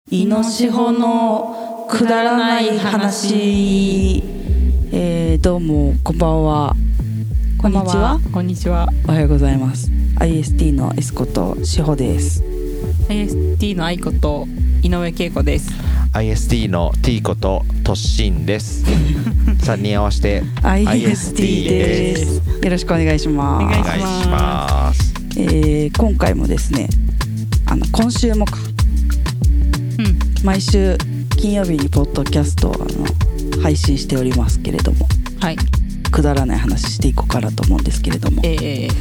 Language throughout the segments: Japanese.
いのしほのくだらない話。どうもこんばんは。こんにちは。 こんにちは。 おはようございます。 IST のエスことしほです。 IST の愛子と井上恵子です。 IST の T こととっしんです3人合わせて IST です。よろしくお願いします。 お願いします。 今回もですね、今週も毎週金曜日にポッドキャストを配信しておりますけれども、 はい、 くだらない話していこうかなと思うんですけれども、です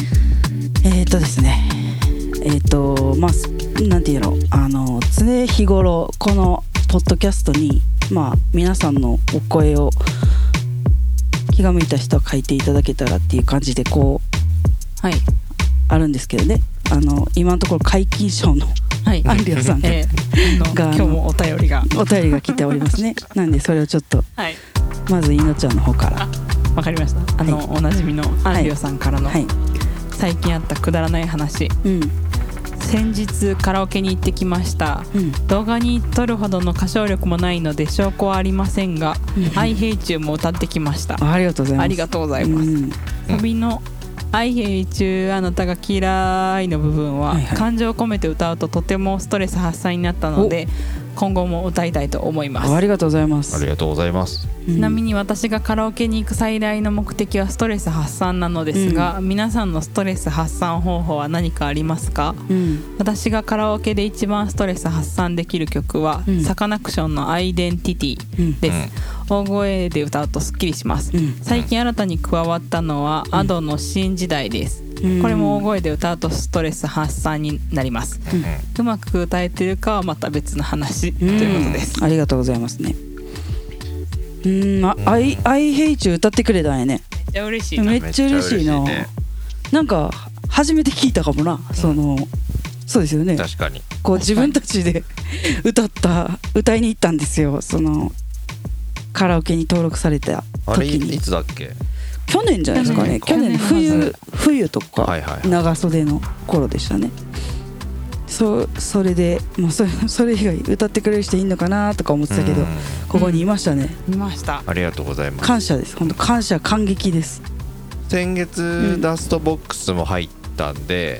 ね、まあなんていうの、常日頃このポッドキャストに皆さんのお声を気が向いた人は書いていただけたらっていう感じではい、 あるんですけどね、今のところ皆勤賞のはい、 アンリオさんが、 今日もお便りが来ておりますね。なんでそれをちょっと、 はい、 まずいのちゃんの方から。 わかりました。おなじみのアンリオさんからの、最近あったくだらない話、先日カラオケに行ってきました、動画に撮るほどの歌唱力もないので証拠はありませんが、I hate you も歌ってきました。 ありがとうございます。 ありがとうございます。サビのI hate you あなたが嫌いの部分は、感情を込めて歌うととてもストレス発散になったので、今後も歌いたいと思います。 ありがとうございます。 ありがとうございます。 ちなみに私がカラオケに行く最大の目的はストレス発散なのですが、皆さんのストレス発散方法は何かありますか？私がカラオケで一番ストレス発散できる曲は、サカナクションのアイデンティティです。大声で歌うとすっきりします。最近新たに加わったのは、アドの新時代です。これも大声で歌うとストレス発散になります。うまく歌えてるかはまた別の話ということです。 ありがとうございますね。I hate you 歌ってくれたんやね。 めっちゃ嬉しいな。 めっちゃ嬉しいな。なんか初めて聞いたかもな。そうですよね。 確かに。 自分たちで歌いに行ったんですよ。カラオケに登録された時に。 あれいつだっけ？ 去年じゃないですかね。去年冬とか長袖の頃でしたね。それでもうそれ以外歌ってくれる人いんのかなとか思ってたけど、ここにいましたね。 いました。 ありがとうございます。 感謝です。本当感激です。 先月ダストボックスも入ったんで、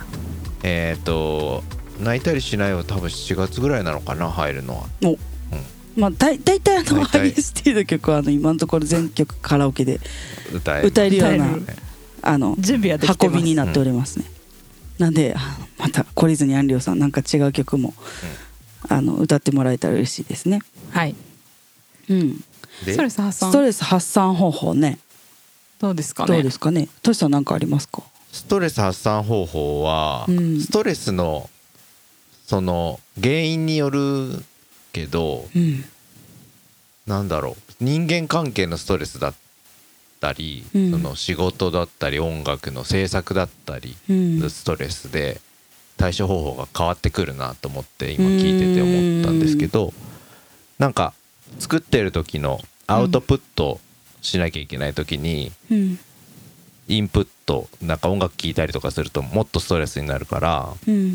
泣いたりしないは多分7月ぐらいなのかな、入るのは。 大体IST の曲は今のところ全曲カラオケで歌えるような準備はできてます。 運びになっておりますね。なんでまた懲りずにアンリオさんなんか違う曲も歌ってもらえたら嬉しいですね。 はい。ストレス発散方法ね。どうですかね。 トシさん何かありますか？ ストレス発散方法は、ストレスのその原因によるけど、なんだろう、人間関係のストレスだったり、その仕事だったり音楽の制作だったり、ストレスで対処方法が変わってくるなと思って今聞いてて思ったんですけど、なんか作ってる時のアウトプットしなきゃいけない時に、インプットなんか音楽聴いたりとかするともっとストレスになるから、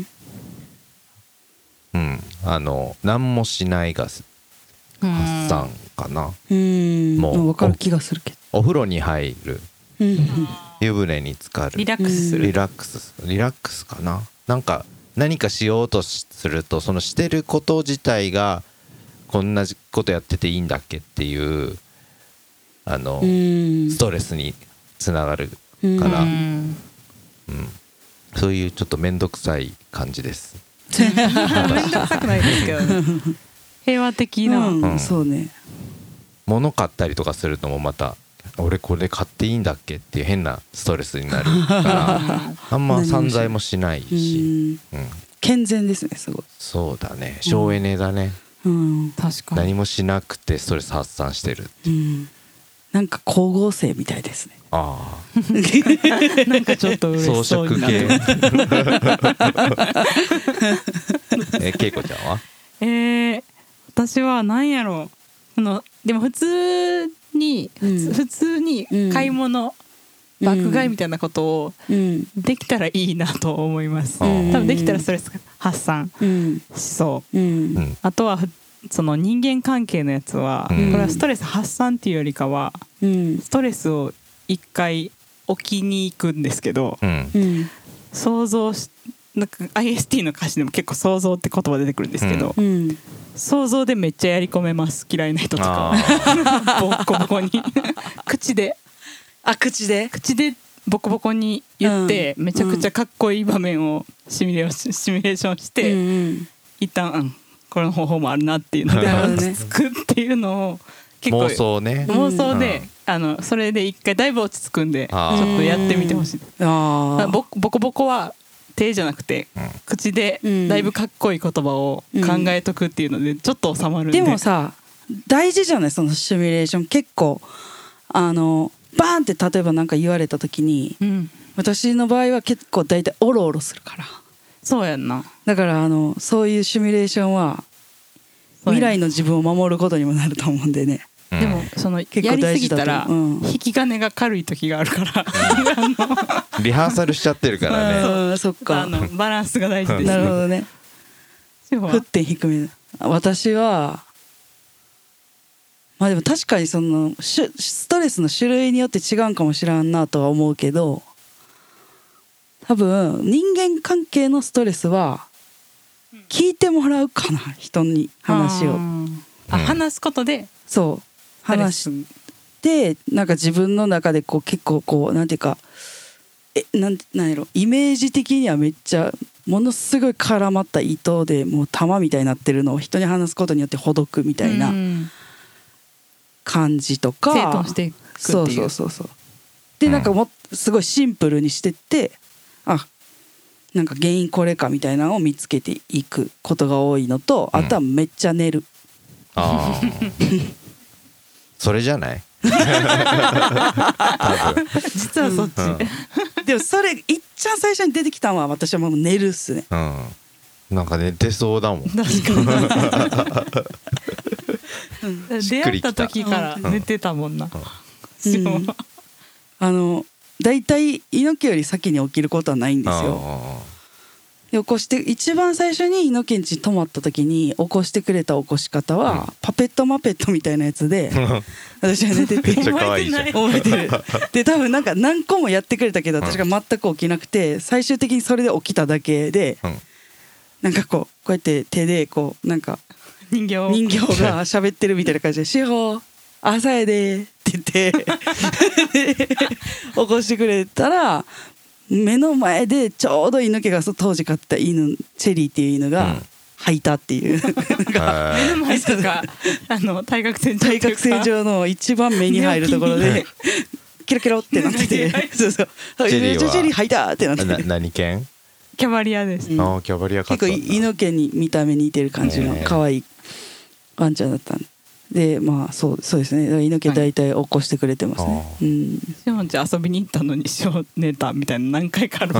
何もしないが発散かな。もう分かる気がするけど、 お風呂に入る、湯船に浸かる、 リラックスする、 リラックスかな。なんか何かしようとすると、そのしてること自体がこんなことやってていいんだっけっていうストレスにつながるから、そういうちょっと面倒くさい感じです。 面倒くさくないですけどね。平和的な、 そうね。 物買ったりとかするのもまた、俺これ買っていいんだっけっていう変なストレスになるからあんま散財もしないし、 健全ですね。すごい。 そうだね、省エネだね。 確かに。 何もしなくてストレス発散してるっていう、 なんか光合成みたいですね。 なんかちょっと嬉しそうになってます。 装飾系。恵子ちゃんは？ 私は何やろう、でも普通に買い物、爆買いみたいなことをできたらいいなと思います。多分できたらストレス発散しそう、あとはその人間関係のやつは、これはストレス発散っていうよりかは、ストレスを一回置きに行くんですけど、想像しなんか IST の歌詞でも結構想像って言葉出てくるんですけど、想像でめっちゃやり込めます。嫌いな人とかボコボコに口でボコボコに言って、めちゃくちゃかっこいい場面をシミュレーションして、一旦、この方法もあるなっていうので落ち着くっていうのを結構妄想で、それで一回だいぶ落ち着くんでちょっとやってみてほしい。ボコボコは手じゃなくて口でだいぶかっこいい言葉を考えとくっていうのでちょっと収まるんで、 でもさ大事じゃない、そのシミュレーション。結構バーンって例えば何か言われた時に、私の場合は結構大体オロオロするから。 そうやんな。 だからそういうシミュレーションは未来の自分を守ることにもなると思うんでね。 でもそのやりすぎたら引き金が軽い時があるからリハーサルしちゃってるからね。 そっか、 バランスが大事です。 なるほどね。沸点低め。私はまあでも確かにそのストレスの種類によって違うんかもしらんなとは思うけど、多分人間関係のストレスは聞いてもらうかな、人に話を。 話すことで、 そう話してなんか自分の中でこう結構こうなんていうかなんやろ、イメージ的にはめっちゃものすごい絡まった糸でもう玉みたいになってるのを人に話すことによってほどくみたいな感じとか、 整頓していくっていう。 そうでなんかもすごいシンプルにしてって、なんか原因これかみたいなのを見つけていくことが多いのと、あとはめっちゃ寝る。 それじゃない？ 実はそっち、 でもそれいっちゃん最初に出てきたのは私はもう寝るっすね。 なんか寝てそうだもん。 確かに出会った時から寝てたもんな。 だいたい猪木より先に起きることはないんですよ。起こして一番最初に猪木んち泊まった時に起こしてくれた起こし方は、パペットマペットみたいなやつで私は寝ててめっちゃ可愛いじゃん。 覚えてる。で多分なんか何個もやってくれたけど私が全く起きなくて、最終的にそれで起きただけで、なんかこうやって手でこうなんか人形が喋ってるみたいな感じで「志保朝やで」って言って起こしてくれたら、目の前でちょうど猪木が当時飼った犬チェリーっていう犬が吐いたっていう、目の前とか対角線上の一番目に入るところでキラキラってなってて、そうチェリー吐いたってなってて。 何犬？ キャバリアです。 キャバリア飼ったんだ。 結構猪木に見た目に似てる感じの可愛いワンちゃんだったんで、まあそうですね。猪木大体起こしてくれてますね。 しもんち遊びに行ったのに寝たみたいな何回かある。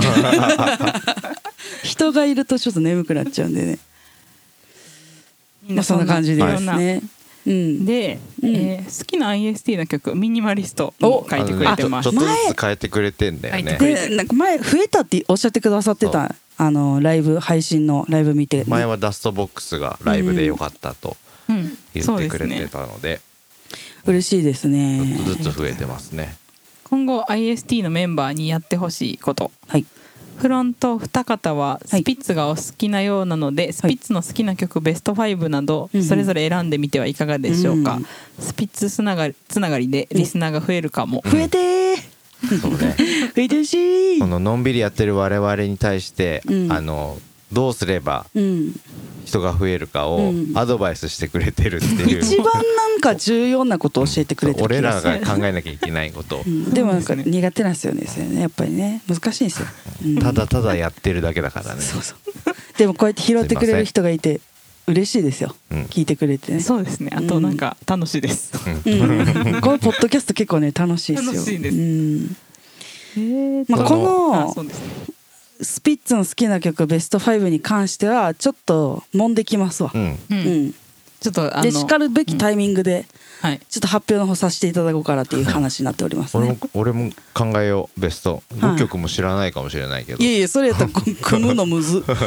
人がいるとちょっと眠くなっちゃうんでね。まあそんな感じですね。 で、好きな IST の曲ミニマリストを書いてくれてます。 ちょっとずつ変えてくれてんだよね。 でなんか前増えたっておっしゃってくださってた、ライブ配信のライブ見て、 前はダストボックスがライブで良かったと言ってくれてたので、 嬉しいですね。 ちょっとずつ増えてますね。 今後 IST のメンバーにやってほしいこと、フロント二方はスピッツがお好きなようなので、スピッツの好きな曲ベスト5などそれぞれ選んでみてはいかがでしょうか。スピッツつながりでリスナーが増えるかも。 増えてそうね、 増えてほしい。 こののんびりやってる我々に対して、どうすれば人が増えるかをアドバイスしてくれてるっていう、 一番なんか重要なことを教えてくれてる気がする。 俺らが考えなきゃいけないことでもなんか苦手なんですよね、やっぱりね、難しいんですよ。 ただただやってるだけだからね。 でもこうやって拾ってくれる人がいて嬉しいですよ、聞いてくれてね。 そうですね。あとなんか楽しいです。 このポッドキャスト結構ね楽しいですよ。 楽しいです。 まあこのスピッツの好きな曲ベスト5に関してはちょっと揉んできますわ。 ちょっとでしかるべきタイミングで、 はい、 ちょっと発表の方させていただこうかなっていう話になっておりますね。 俺も考えようベスト5曲も知らないかもしれないけど、 いやいやそれやったら組むのむず5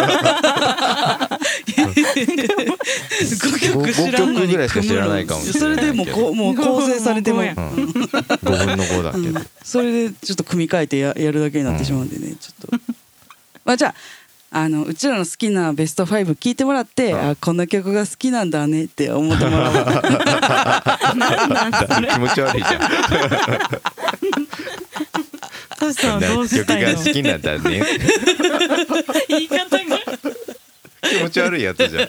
曲知らんのに 5曲ぐらいしか知らないかもしれないけど、 それでもう構成されても、 5分の5だけど、 それでちょっと組み替えてやるだけになってしまうんでね、ちょっとまあじゃあうちらの好きなベスト5聞いてもらって、あこんな曲が好きなんだねって思ってもらう気持ち悪いじゃんトシさんはどうしたいの？ 曲が好きなんだね言い方が気持ち悪いやつじゃん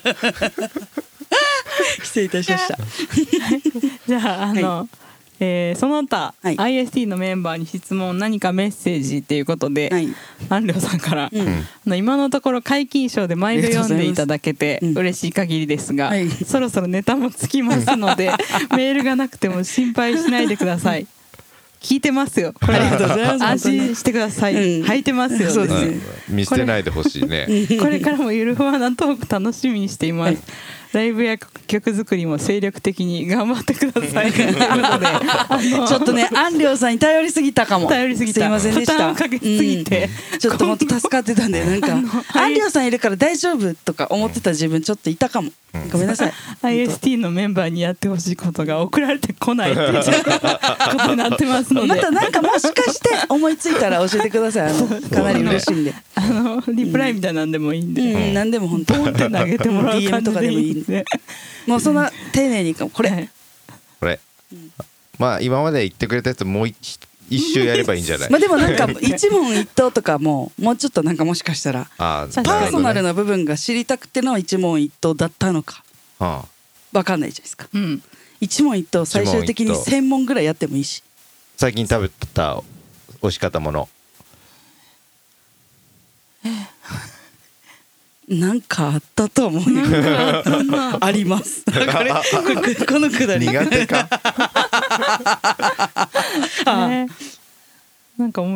失礼いたしましたじゃあその他、 はい、 IST のメンバーに質問何かメッセージっていうことで、アンリョさんから、今のところ皆勤賞で毎度読んでいただけて嬉しい限りですが、そろそろネタもつきますのでメールがなくても心配しないでください。聞いてますよ。これ安心してください。履いてますよ。 そうですね。 見捨てないでほしいね。 これからもゆるふわなトーク楽しみにしています。ライブや曲作りも精力的に頑張ってください。ということでちょっとねアンリョさんに頼りすぎたかも。 頼りすぎた。 すいませんでした。 負担をかけすぎて、 ちょっと本当助かってたんでなんかアンリョさんいるから大丈夫とか思ってた自分ちょっといたかも。ごめんなさい。 IST のメンバーにやってほしいことが送られてこないっていうことになってますので。 またなんかもしかして思いついたら教えてください。かなり嬉しいんで。 リプライみたいなんでもいいんで。 なんでも本当。 ポンって投げてもらう感じでいいんで。 もうそんな丁寧にこれ。 まあ今まで言ってくれたやつもう一周やればいいんじゃない？ まあでもなんか一問一答とかもうちょっとなんかもしかしたらパーソナルな部分が知りたくての一問一答だったのか分かんないじゃないですか。一問一答最終的に1000問ぐらいやってもいいし。 最近食べた美味しかったものなんかあったと思うよ。あります。このくだり苦手かなんか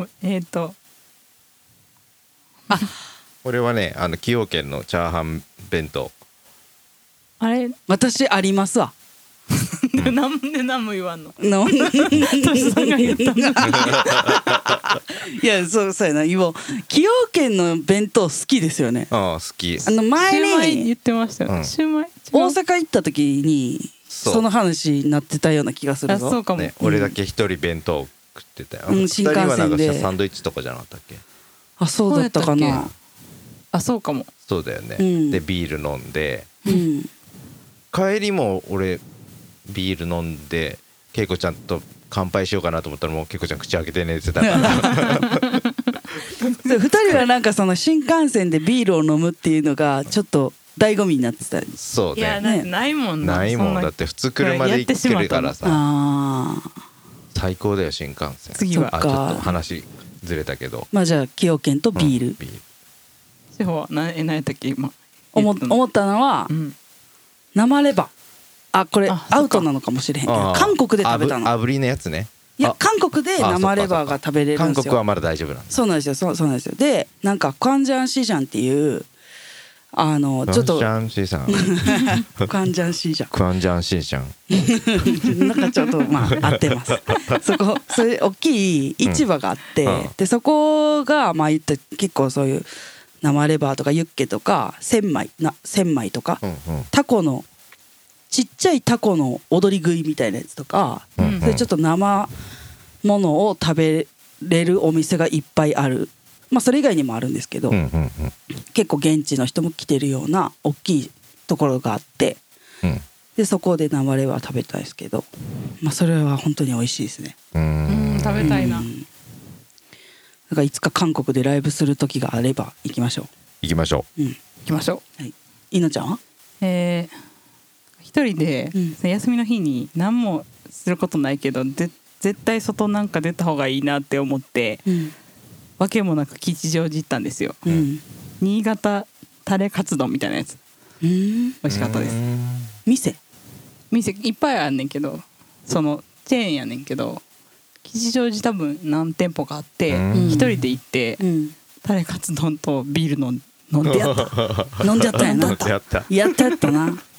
俺はね崎陽軒のチャーハン弁当。 あれ私ありますわ。 なんで何も言わんの？ トシさんが言ったの。いやそうやな。今崎陽軒の弁当好きですよね。 好き。 前に言ってましたよ。シュウマイ。 大阪行った時にその話になってたような気がするぞ。 そうかも。 俺だけ一人弁当食ってたよ。 新幹線でサンドイッチとかじゃなかったっけ？ あそうだったかな。 あそうかも。 そうだよね。でビール飲んで帰りも俺ビール飲んで恵子ちゃんと乾杯しようかなと思ったらもう恵子ちゃん口開けて寝てたから 2人はなんかその新幹線でビールを飲むっていうのがちょっと醍醐味になってた。 そうね。 いやないもんないもんだって普通車で行ってるからさ最高だよ新幹線。 次はちょっと話ずれたけどまあじゃあ崎陽軒とビール。 志保は何やったっけ今思ったのは生レバー。これアウトなのかもしれへんけど韓国で食べたの。 炙りのやつね。 いや韓国で生レバーが食べれるんですよ。 韓国はまだ大丈夫なんです。 そうなんですよ。そうなんですよ。でなんかクァンジャンシージャンっていうちょっとクァンジャンシージャンなんかちょっと合ってます。それ大きい市場があって、でそこが言った結構そういう生レバーとかユッケとか千枚とか、タコのちっちゃいタコの踊り食いみたいなやつとか、それちょっと生ものを食べれるお店がいっぱいある。それ以外にもあるんですけど、結構現地の人も来てるような大きいところがあって、でそこで生レバー食べたんですけど、それは本当に美味しいですね。 食べたいな。 だからいつか韓国でライブする時があれば行きましょう。 行きましょう。 行きましょう。 いのちゃんは？ 一人で休みの日に何もすることないけど絶対外なんか出た方がいいなって思って、わけもなく吉祥寺行ったんですよ。新潟タレカツ丼みたいなやつ美味しかったです。 店いっぱいあんねんけどそのチェーンやねんけど吉祥寺多分何店舗かあって一人で行ってタレカツ丼とビール飲んでやった。飲んじゃったんやな。やったな。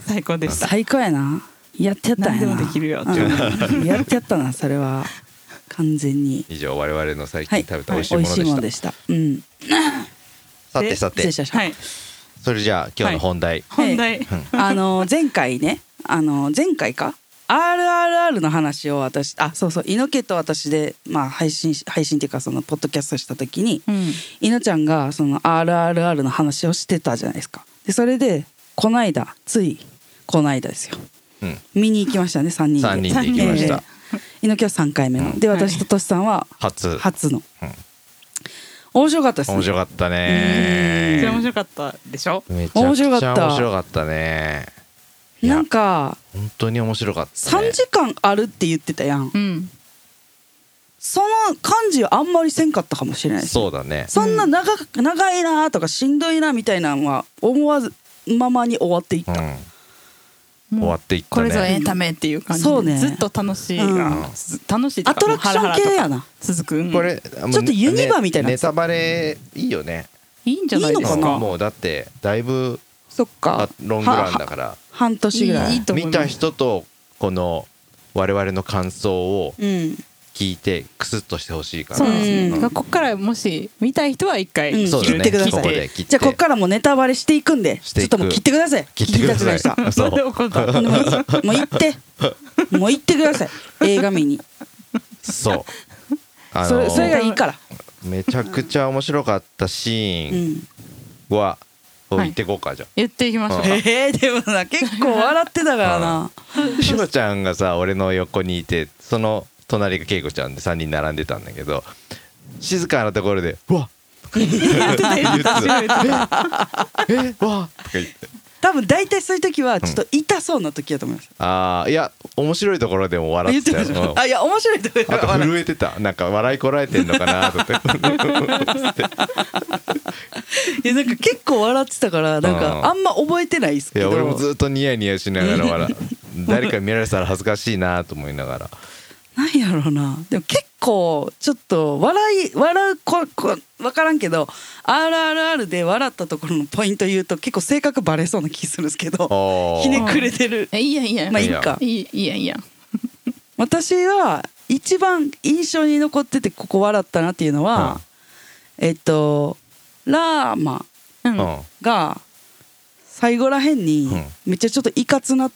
最高でした。 最高やな。やってやったんやな。 何でもできるよっていううんやってやったなそれは完全に。 以上我々の最近食べた美味しい美ものでした。 味しいものでした。うん。 さてさて失礼しました。 はいそれじゃあ今日の本題。 本題、 前回ね前回か RRR の話を私そう猪木と私で、まあ、配信っていうかそのポッドキャストした時に、 うん猪ちゃんがその RRR の話をしてたじゃないですか。でそれでこないだですよ、 うん、 見に行きましたね3人で。 3人で行きました。 猪木は3回目の、で私とトシさんは初の、面白かったですね。 面白かっためっねちゃ面白かったでしょ。 めちゃくちゃ面白かったね。 なんか本当に面白かったね。 3時間あるって言ってたやん、 うん、 その感じはあんまりせんかったかもしれないです。 そうだね。 そんな長いなとかしんどいなみたいなのは思わずままに終わっていった、 終わっていったね。 これぞエンタメっていう感じで、 そうね、 ずっと楽しい、楽しいっていうかアトラクション系やな。 続く、 これちょっとユニバみたいな、 ネタバレいいよね。 いいんじゃないですか。 いいのかな。 もうだってだいぶそっかロングランだから半年ぐらい見た人とこの我々の感想を聞いてクスッとしてほしいから。 そうですね、ここからもし見たい人は一回切ってください。 じゃあここからもうネタバレしていくんでちょっともう切ってください。 切ってください。 そうもう行ってください映画見に。 そうそれがいいから。 めちゃくちゃ面白かったシーンは言ってこうか。じゃあ言っていきましょうか。 でもな結構笑ってたからな。 しばちゃんがさ俺の横にいて、その隣がけいこちゃんで3人並んでたんだけど、静かなところでうわっ言ってたわっとか言って、 多分大体そういう時はちょっと痛そうな時だと思います。 いや面白いところでも笑ってたよ。 いや面白いところであと震えてた。なんか笑いこらえてんのかなと思っていやなんか結構笑ってたからなんかあんま覚えてないですけど。 いや俺もずっとニヤニヤしながら笑誰か見られてたら恥ずかしいなと思いながら。 なんやろうな。でも結構ちょっと笑う分からんけど RRR で笑ったところのポイント言うと結構性格バレそうな気するんですけど、ひねくれてる。 いやまあいいか。 いや私は一番印象に残っててここ笑ったなっていうのは、ラーマが最後らへんにめっちゃちょっといかつなって、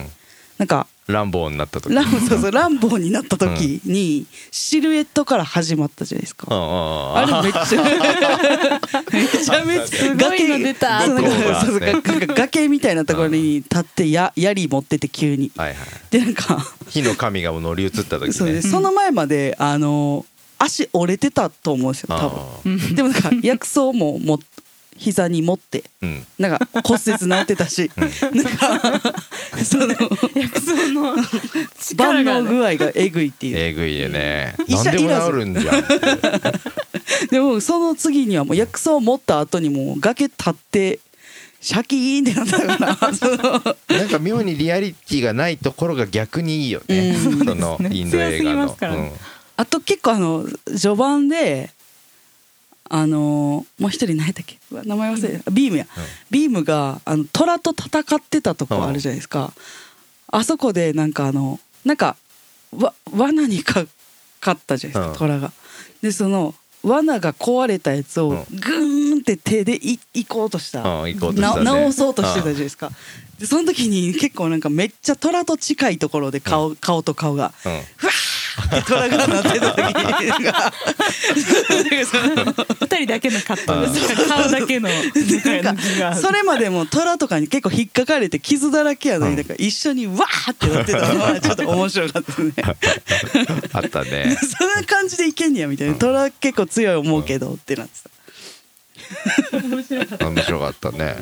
なんかランボーになった時、 ランボーになった時にシルエットから始まったじゃないですか。あれめっちゃすごいの出た。 崖みたいなところに立って槍持ってて急に、でなんか火の神が乗り移った時ね。 その前まで足折れてたと思うんですよ多分。でもなんか薬草も膝に持って、なんか骨折治ってたし、なんかその薬草の万能具合がえぐいっていう。 えぐいでね。何でも治るんじゃん。 でもその次にはもう薬草を持った後にもう崖立ってシャキーンってなったからなんか妙にリアリティがないところが逆にいいよね。そのインド映画の。 あと結構序盤でもう一人何やったっけ、名前忘れた、ビームや、ビームが虎と戦ってたとこあるじゃないですか。あそこでなんかなんか罠にかかったじゃないですか、虎が。でその罠が壊れたやつをグーンって手で行こうとした、直そうとしてたじゃないですか。でその時に結構なんかめっちゃ虎と近いところで顔と顔がふわーって虎がなってた時に 2人だけのカットで顔だけのそれまでも虎とかに結構引っかかれて傷だらけやのになんか一緒にわーってなってたのはちょっと面白かったね。 あったね。 そんな感じでいけんねやみたいな。虎結構強い思うけどってなってた。 面白かったね。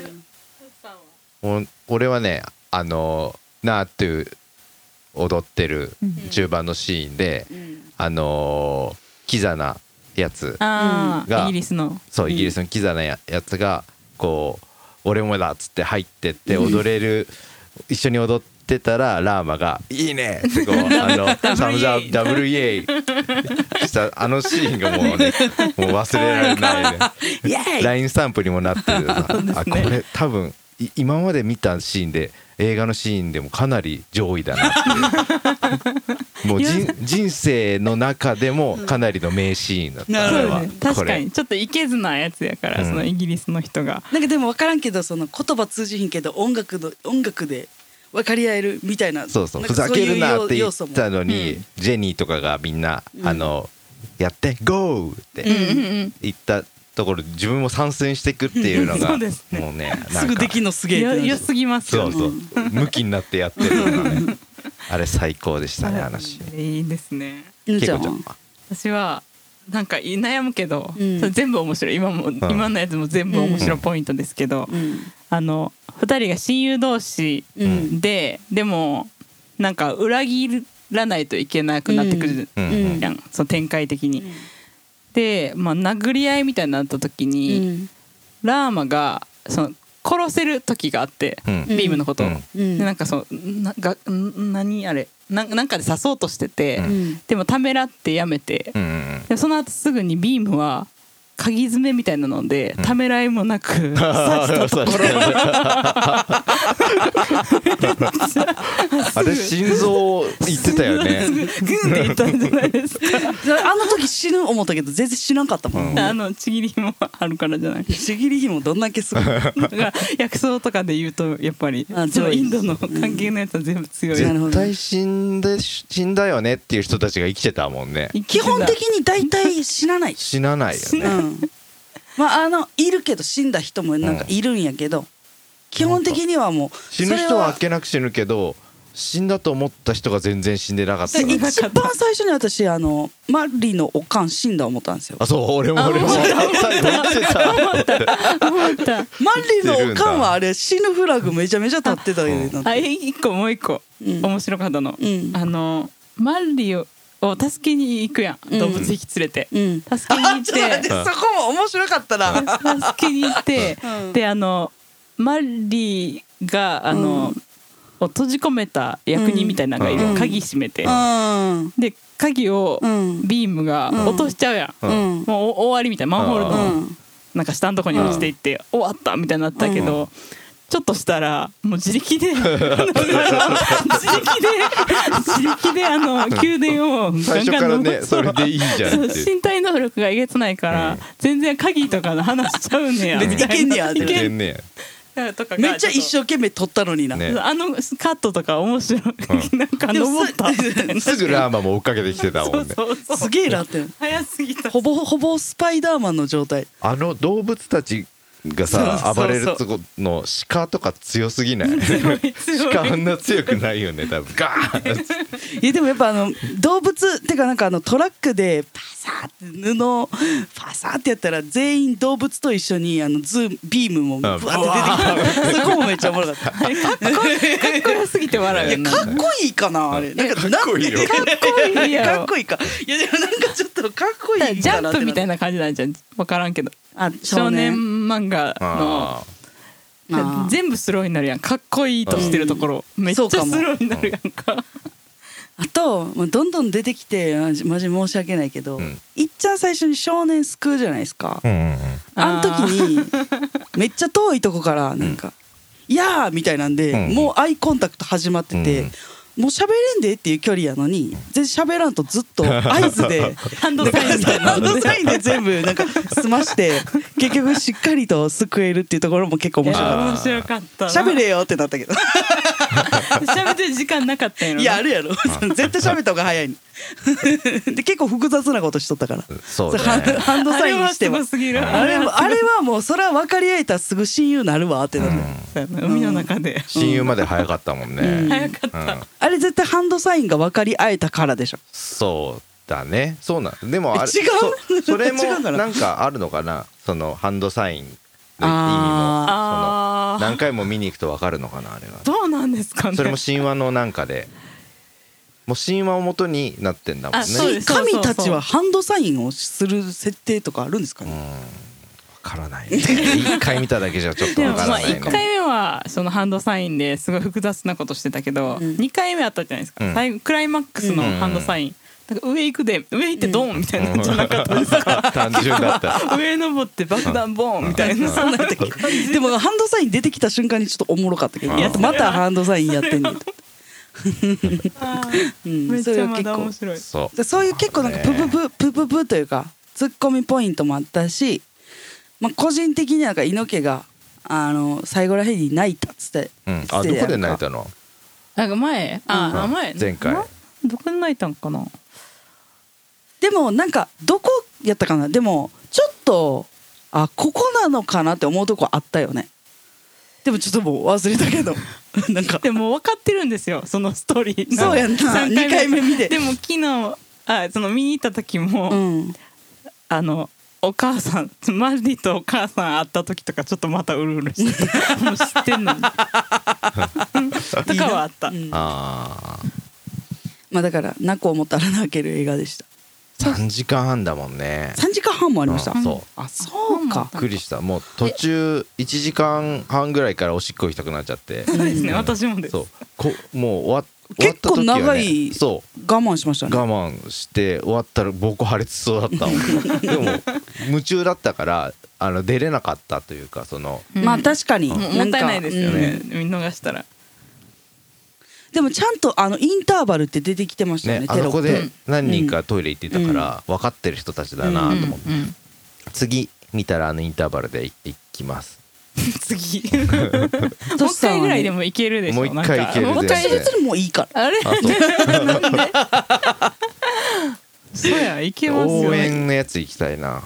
俺はねナートゥ踊ってる中盤のシーンで、キザなやつがイギリスのキザなやつがこう俺もだっつって入ってって踊れる、一緒に踊ってたらラーマがいいねってこうサムズアップダブルイエイしたシーンがもうねもう忘れられないね。LINE スタンプにもなってるさ、これ多分今まで見たシーンで映画のシーンでもかなり上位だなっていうもう人生の中でもかなりの名シーンだった。 なるほどね、 確かにちょっといけずなやつやから、そのイギリスの人がなんかでも分からんけど、その言葉通じひんけど音楽で分かり合えるみたいな。 そうふざけるなって言ったのに、ジェニーとかがみんなやってゴーって言ったところ自分も参戦していくっていうのがもうね、 すぐできんのすげえ良すぎますよ。 そう向きになってやってるのがねあれ最高でしたね。話いいですね。 ケイコちゃんは？ 私はなんか悩むけど、全部面白い。今のやつも全部面白いポイントですけど、2人が親友同士で、でもなんか裏切らないといけなくなってくるやん、その展開的に。で、殴り合いみたいになった時に、ラーマがその殺せる時があって、ビームのことを、でなんか何あれなんかで刺そうとしてて、でもためらってやめて、でその後すぐにビームは鍵爪みたいなのでためらいもなく刺したところあれ心臓いってたよね。 グンっていったんじゃないですか。 あの時死ぬ思ったけど全然死なんかったもん。 ちぎり紐あるからじゃない。 ちぎり紐どんだけすごい薬草とかで言うとやっぱりそのインドの関係のやつは全部強い。 絶対死んだよねっていう人たちが生きてたもんね。 基本的に大体死なない死なないよね。 いるけど死んだ人もなんかいるんやけど、基本的にはもう死ぬ人はあっけなく死ぬけど、死んだと思った人が全然死んでなかった。 一番最初に私マリのおかん死んだ思ったんですよ。 あ、そう俺も最後言ってた。 思ったマリのおかんはあれ死ぬフラグめちゃめちゃ立ってたけど、 もう一個面白かったの、マリを助けに行くやん、動物引き連れて、助けに行ってそこも面白かったな。 助けに行って、でマリが閉じ込めた役人みたいなのがいる、鍵閉めて、で鍵をビームが落としちゃうやん、もう終わりみたいな、マンホールのなんか下のとこに落ちていって、終わったみたいになったけど、ちょっとしたらもう自力で宮殿を最初からねそれでいいじゃんって。 身体能力がえげつないから、全然鍵とかの話しちゃうねや。 別にいけんねや。めっちゃ一生懸命撮ったのにな。 カットとか面白い。なんか登ったすぐラーマも追っかけてきてたもんね。 すげえなって。 早すぎた。 ほぼスパイダーマンの状態。 動物たちがさ暴れるとこの鹿とか強すぎない？鹿あんな強くないよね多分。ガーン。でもやっぱ動物ってかなんかトラックでパサーって布パサーってやったら全員動物と一緒にビームもブワって出てきた。そこもめっちゃおもろかった。かっこよすぎて笑うよね。 かっこいいかなあれ。なんかかっこいいよ。 かっこいいやろ。 かっこいいか。いやでもなんかちょっとかっこいいジャンプみたいな感じなんじゃん。分からんけど。少年漫画の全部スローになるやん。かっこいいとしてるところめっちゃスローになるやんか。 あとどんどん出てきてマジ申し訳ないけど、いっちゃん最初に少年救うじゃないですか。あの時にめっちゃ遠いとこからなんか「いやー!」みたいなんで、もうアイコンタクト始まってて。もう喋れんでっていう距離やのに全然喋らんとずっと合図でハンドサインみたいなハンドサインで全部なんか済まして結局しっかりと救えるっていうところも結構面白かった。喋れよってなったけど喋ってる時間なかったんやろ。 いやあるやろ絶対喋った方が早いで結構複雑なことしとったから。 そうね。 ハンドサインしてもあれはもうそれは分かり合えたらすぐ親友なるわってなる。 海の中で親友まで早かったもんね。 早かった。 あれ絶対ハンドサインが分かり合えたからでしょ。 そうだね。そうなんでもあれ違うそれもなんかあるのかな、そのハンドサインの意味も何回も見に行くと分かるのかなあれは。 どうなんですかね。 それも神話のなんかでもう神話を元になってんだもんね。 神たちはハンドサインをする設定とかあるんですかね。 分からない。1回見ただけじゃちょっと分からないね。 1回目はそのハンドサインですごい複雑なことしてたけど、2回目あったじゃないですか。クライマックスのハンドサインなんか上行くで上行ってドンみたいなんじゃなかったですか、 単純だった上登って爆弾ボンみたいな、 そんなんやったっけ。でもハンドサイン出てきた瞬間にちょっとおもろかったけど、やっとまたハンドサインやってんねんと。 めっちゃまだ面白い。 そういう結構なんかプププというかツッコミポイントもあったし、まあ、個人的にはなんか猪木が最後らへんに泣いたっつって、 あ、どこで泣いたの？ なんか前前回どこで泣いたんかな。 でもなんかどこやったかな。でもちょっとここなのかなって思うとこあったよね。でもちょっともう忘れたけどなんかでも分かってるんですよそのストーリー。 そうやんな2回目見て。 でも昨日その見に行った時も、お母さんマルディとお母さん会った時とかちょっとまたうるうるしてたもう知ってんのにとかはあった。 まあだから泣こう思ったら泣ける映画でした。 3時間半だもんね。 3時間半もありました。 そうか。びっくりした。もう途中1時間半ぐらいからおしっこ行きたくなっちゃって。 そうですね、私もです。 もう終わった結構時はね、 長い我慢しましたね。 我慢して終わったら膀胱破裂しそうだったもんでも夢中だったから出れなかったというかまあ確かにもったいないですよね、見逃したら。 でもちゃんとインターバルって出てきてましたよね。 あそこで何人かトイレ行ってたから分かってる人たちだなと思って、次見たらインターバルで行きます次もう一回ぐらいでもいけるでしょ。 もう一回いけるもう一回別にもういいからあれそうやいけますよね。 応援のやつ行きたいな。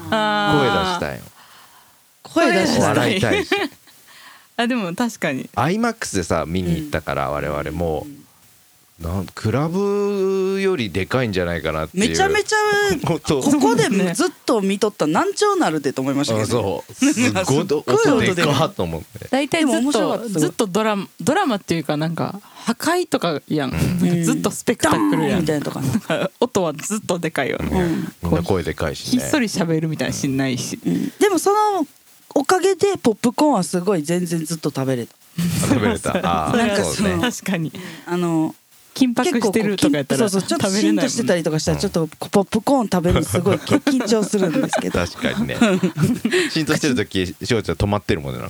声出したい笑いたいしでも確かに IMAX でさ見に行ったから我々もクラブよりでかいんじゃないかなっていう。 めちゃめちゃここでずっと見とった何兆なるでと思いましたけど、 そうすごい音でかっと思って。 大体ずっとドラマっていうかなんか破壊とかやん、ずっとスペクタクルやんみたいなとか音はずっとでかいよね、 みんな声でかいしね、 ひっそり喋るみたいなしないし、 でもそのおかげでポップコーンはすごい全然ずっと食べれた。 食べれた。 なんかそうね、 確かに緊迫してるとかやったらちょっとシーンとしてたりとかしたらちょっとポップコーン食べるのすごい緊張するんですけど確かにねシーンとしてる時しおちゃん止まってるもんね。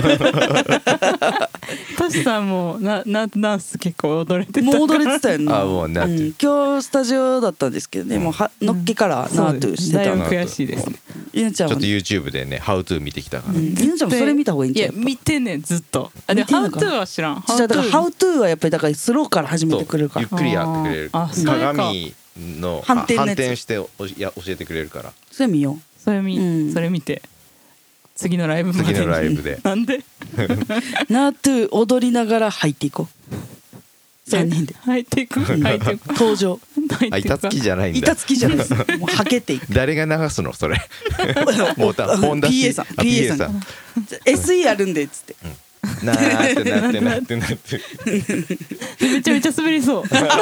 トシさんもダンス結構踊れてた。 もう踊れてたよね。 もうなって、 今日スタジオだったんですけどね、もうのっけからナートゥしてた。 だいぶ悔しいですね。 犬ちゃんはちょっと YouTube でねハウトゥー見てきたから、 犬ちゃんもそれ見た方がいいんちゃう。 いや見てねずっと。でハウトゥーは知らん。 だからハウトゥーはやっぱりだからスローから始めてくれるから、 ゆっくりやってくれる。鏡の反転して教えてくれるから。 それ見よう。 それ見て次のライブまで。 次のライブでなんでナートゥー踊りながら入っていこう。3人で入っていく。 登場。 板付きじゃないんだ。 板付きじゃないです。もうはけていく。 誰が流すのそれ。もう本出し PA さん SE あるんでっつって。 なってめちゃめちゃ滑りそう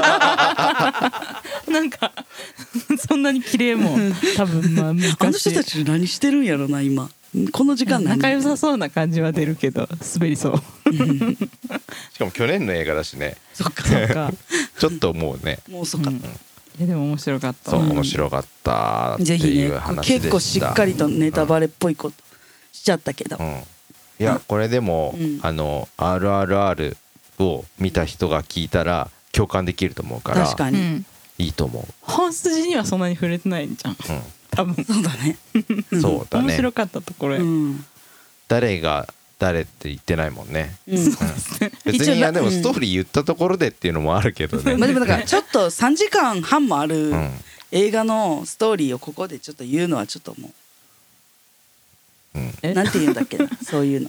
なんかそんなに綺麗も多分まあ難しい。 あの人たち何してるんやろな今この時間。 仲良さそうな感じは出るけど滑りそうしかも去年の映画だしね。 そっかちょっともうねもう遅かった。 いやでも面白かった。 そう面白かったっていう話でした。 結構しっかりとネタバレっぽいことしちゃったけど、 いやこれでもRRR を見た人が聞いたら共感できると思うから確かにいいと思う。 本筋にはそんなに触れてないんじゃん、多分。 そうだねそうだね。 面白かったところ、 誰が誰って言ってないもんね。別にでもストーリー言ったところでっていうのもあるけどね。 まあでもだからちょっと3時間半もある映画のストーリーをここでちょっと言うのはちょっともうなんて言うんだっけなそういうの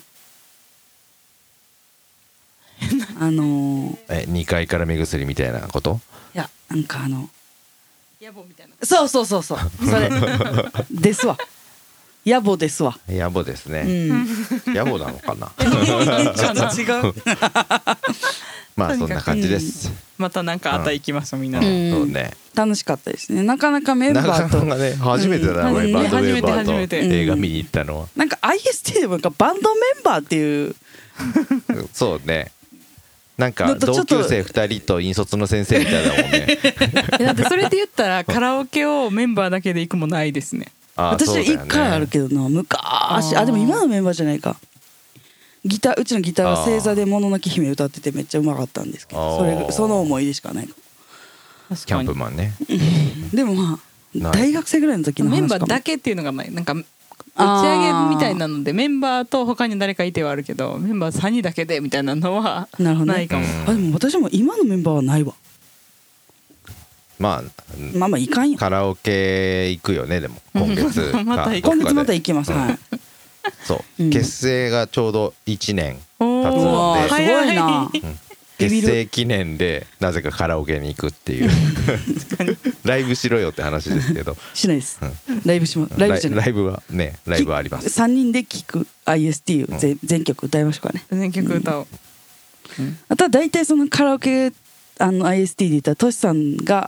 2階から目薬みたいなこと。いやなんか野暮みたいな。 そうそれですわ。野暮ですわ。 野暮ですね。野暮なのかな。 違う。 まあそんな感じです。 またなんかあた行きましょうみんな。 そうね。 楽しかったですね。なかなかメンバーと初めてだなバンドメンバーと映画見に行ったのは。 なんか IST でもなんかバンドメンバーっていうそうね。 なんか同級生2人と引率の先生みたいだもんねだってそれで言ったらカラオケをメンバーだけで行くもないですね。 私は1回あるけどな、昔。でも今のメンバーじゃないか。うちのギターは星座でもののけ姫歌っててめっちゃうまかったんですけど、その思い出しかないかも。 キャンプマンねでもまあ大学生ぐらいの時の話かも。 メンバーだけっていうのがない。なんか打ち上げみたいなのでメンバーと他に誰かいてはあるけど、メンバー3人だけでみたいなのはないかも。 でも私も今のメンバーはないわ。 まあいかんよ。 カラオケ行くよね。でも今月また行きます。はい。 そう結成がちょうど1年経つので、 すごいな。 結成記念でなぜかカラオケに行くっていうライブしろよって話ですけどしないです。ライブします。ライブじゃない。 ライブはね、ライブはあります。 3人で聴く IST を全曲歌いましょうかね。 全曲歌おう。 あとは大体そのカラオケIST で言ったらトシさんが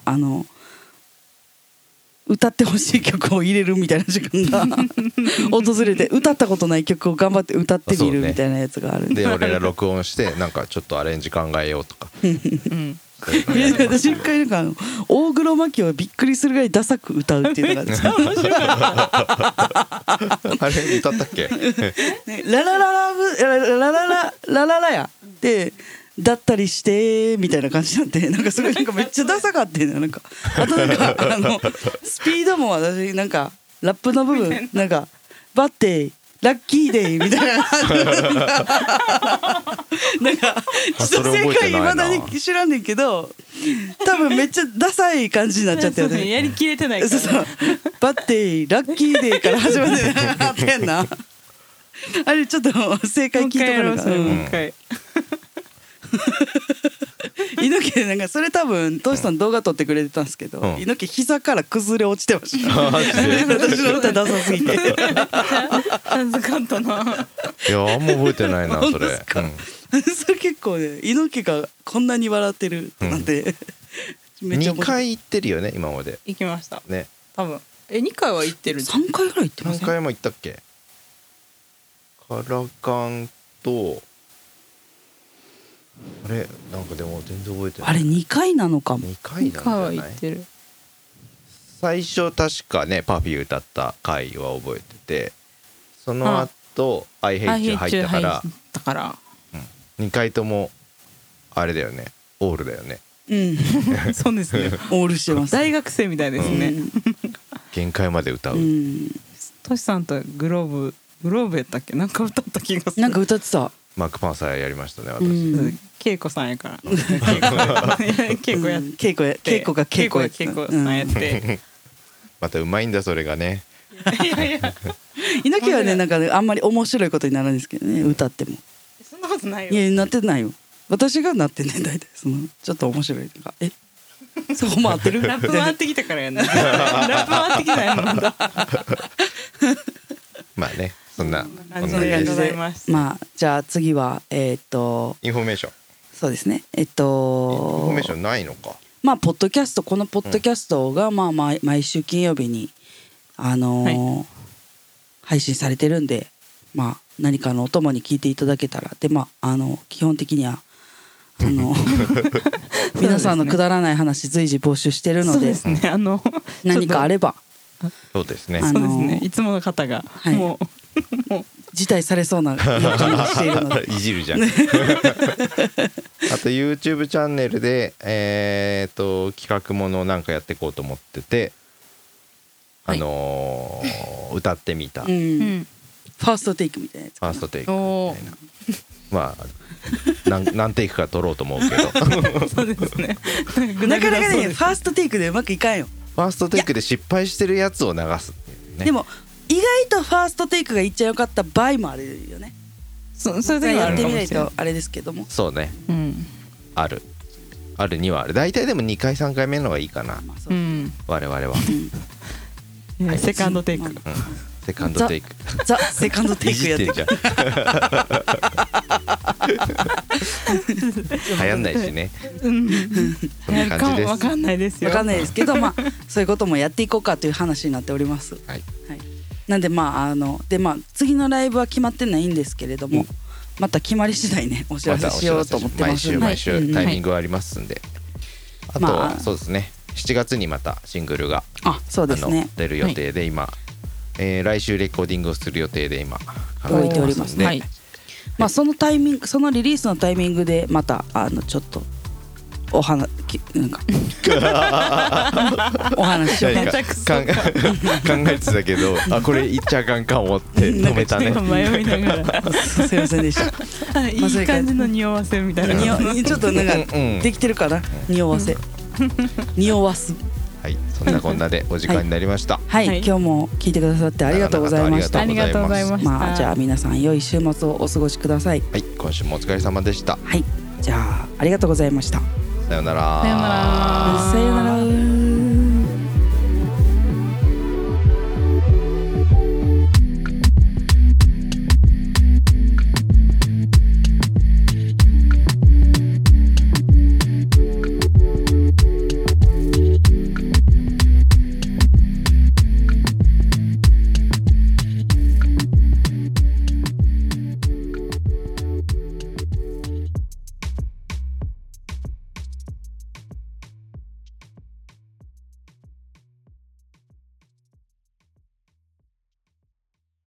歌ってほしい曲を入れるみたいな時間が訪れて、歌ったことない曲を頑張って歌ってみるみたいなやつがあるんで、俺が録音してなんかちょっとアレンジ考えようとか私一回なんか大黒摩季をびっくりするぐらいダサく歌うっていうのが面白いあれ歌ったっけララララブラララララララやでだったりしてみたいな感じになって、なんかすごいなんかめっちゃダサかってんのよ。なんかあとなんかスピードも私なんかラップの部分なんかバッテイラッキーデイみたいな感じなんかちょっと正解未だに知らんねんけど、多分めっちゃダサい感じになっちゃってる。 やりきれてないから。 そうバッテイラッキーデイから始まってなってんな。あれちょっと正解聞いてもらうから。 もう一回猪木なんかそれ多分トシさん動画撮ってくれてたんですけど、猪木膝から崩れ落ちてました私の歌ダサすぎて恥ずかったな。 いやあんま覚えてないなそれ。 それ結構ね、猪木がこんなに笑ってるなんて、 めっちゃ2回行ってるよね今まで。 行きましたね、 多分。2回は行ってる。 3回ぐらい行ってます。 3回も行ったっけ。カラカンとあれなんかでも全然覚えてない。 あれ2回なのかも。 2回なんじゃない。 2回は行ってる。 最初確かねパフィー歌った回は覚えてて、その後I hate you入ったから、2回ともあれだよね、オールだよね。 そうですね。 オールしてます。 大学生みたいですね。 限界まで歌う。 トシさんとグローブやったっけ、なんか歌った気がする。 なんか歌ってた。 マークパンサーやりましたね私。 稽古さんやから。稽古やって。 稽古が稽古やって。 稽古さんやって。 またうまいんだそれがね。 猪木はねなんかねあんまり面白いことにならないんですけどね、歌っても。 そんなことないよ。 いやなってないよ。私がなってね大体そのちょっと面白いとかそこ回ってる。 ラップ回ってきたからやな。ラップ回ってきたやんまだ。 まあねそんな感じでまあじゃあ次はインフォメーション。 そうですねインフォメーションないのか。 まあポッドキャストこのポッドキャストがまあ毎週金曜日に配信されてるんで、まあ何かのお供に聞いていただけたら。でまあ基本的には皆さんのくだらない話随時募集してるので、何かあれば。 そうですね。 そうですね。いつもの方がもう辞退されそうな予感がしているのでいじるじゃん。あと YouTube チャンネルで企画ものなんかやっていこうと思ってて、歌ってみた、ファーストテイクみたいなやつ。 ファーストテイクみたいな。まあ何テイクか撮ろうと思うけど。 そうですね。 なかなかねファーストテイクでうまくいかんよ。 ファーストテイクで失敗してるやつを流すっていうね。 でも意外とファーストテイクがいっちゃよかった場合もあるよね。 それやってみないとあれですけども。 そうね、あるにはある。大体でも2回3回目のがいいかな、我々は。 セカンドテイク、 セカンドテイク、 ザ・セカンドテイクやってるじゃん。 流行んないしね。 そんな感じです。わかんないですよ。 わかんないですけど、まあそういうこともやっていこうかという話になっております。はい。なんでまあ次のライブは決まってないんですけれども、 また決まり次第ねお知らせしようと思ってますんで、 毎週タイミングはありますんで、あとはそうですね、7月にまたシングルがそうですね出る予定で今、来週レコーディングをする予定で今動いておりますね。そのタイミング、そのリリースのタイミングでまたちょっとお話なんかお話しようか考えてたけどこれ言っちゃあかんかもって止めたね。 迷いながらすいませんでしたいい感じの匂わせみたいなちょっとなんかできてるかな、匂わせ匂わす。 はい、そんなこんなでお時間になりました。 はい、今日も聞いてくださってありがとうございました。 ありがとうございました。 じゃあ皆さん良い週末をお過ごしください。 はい、今週もお疲れ様でした。 はい、じゃあありがとうございました。 さよなら。 さよなら。 さよなら。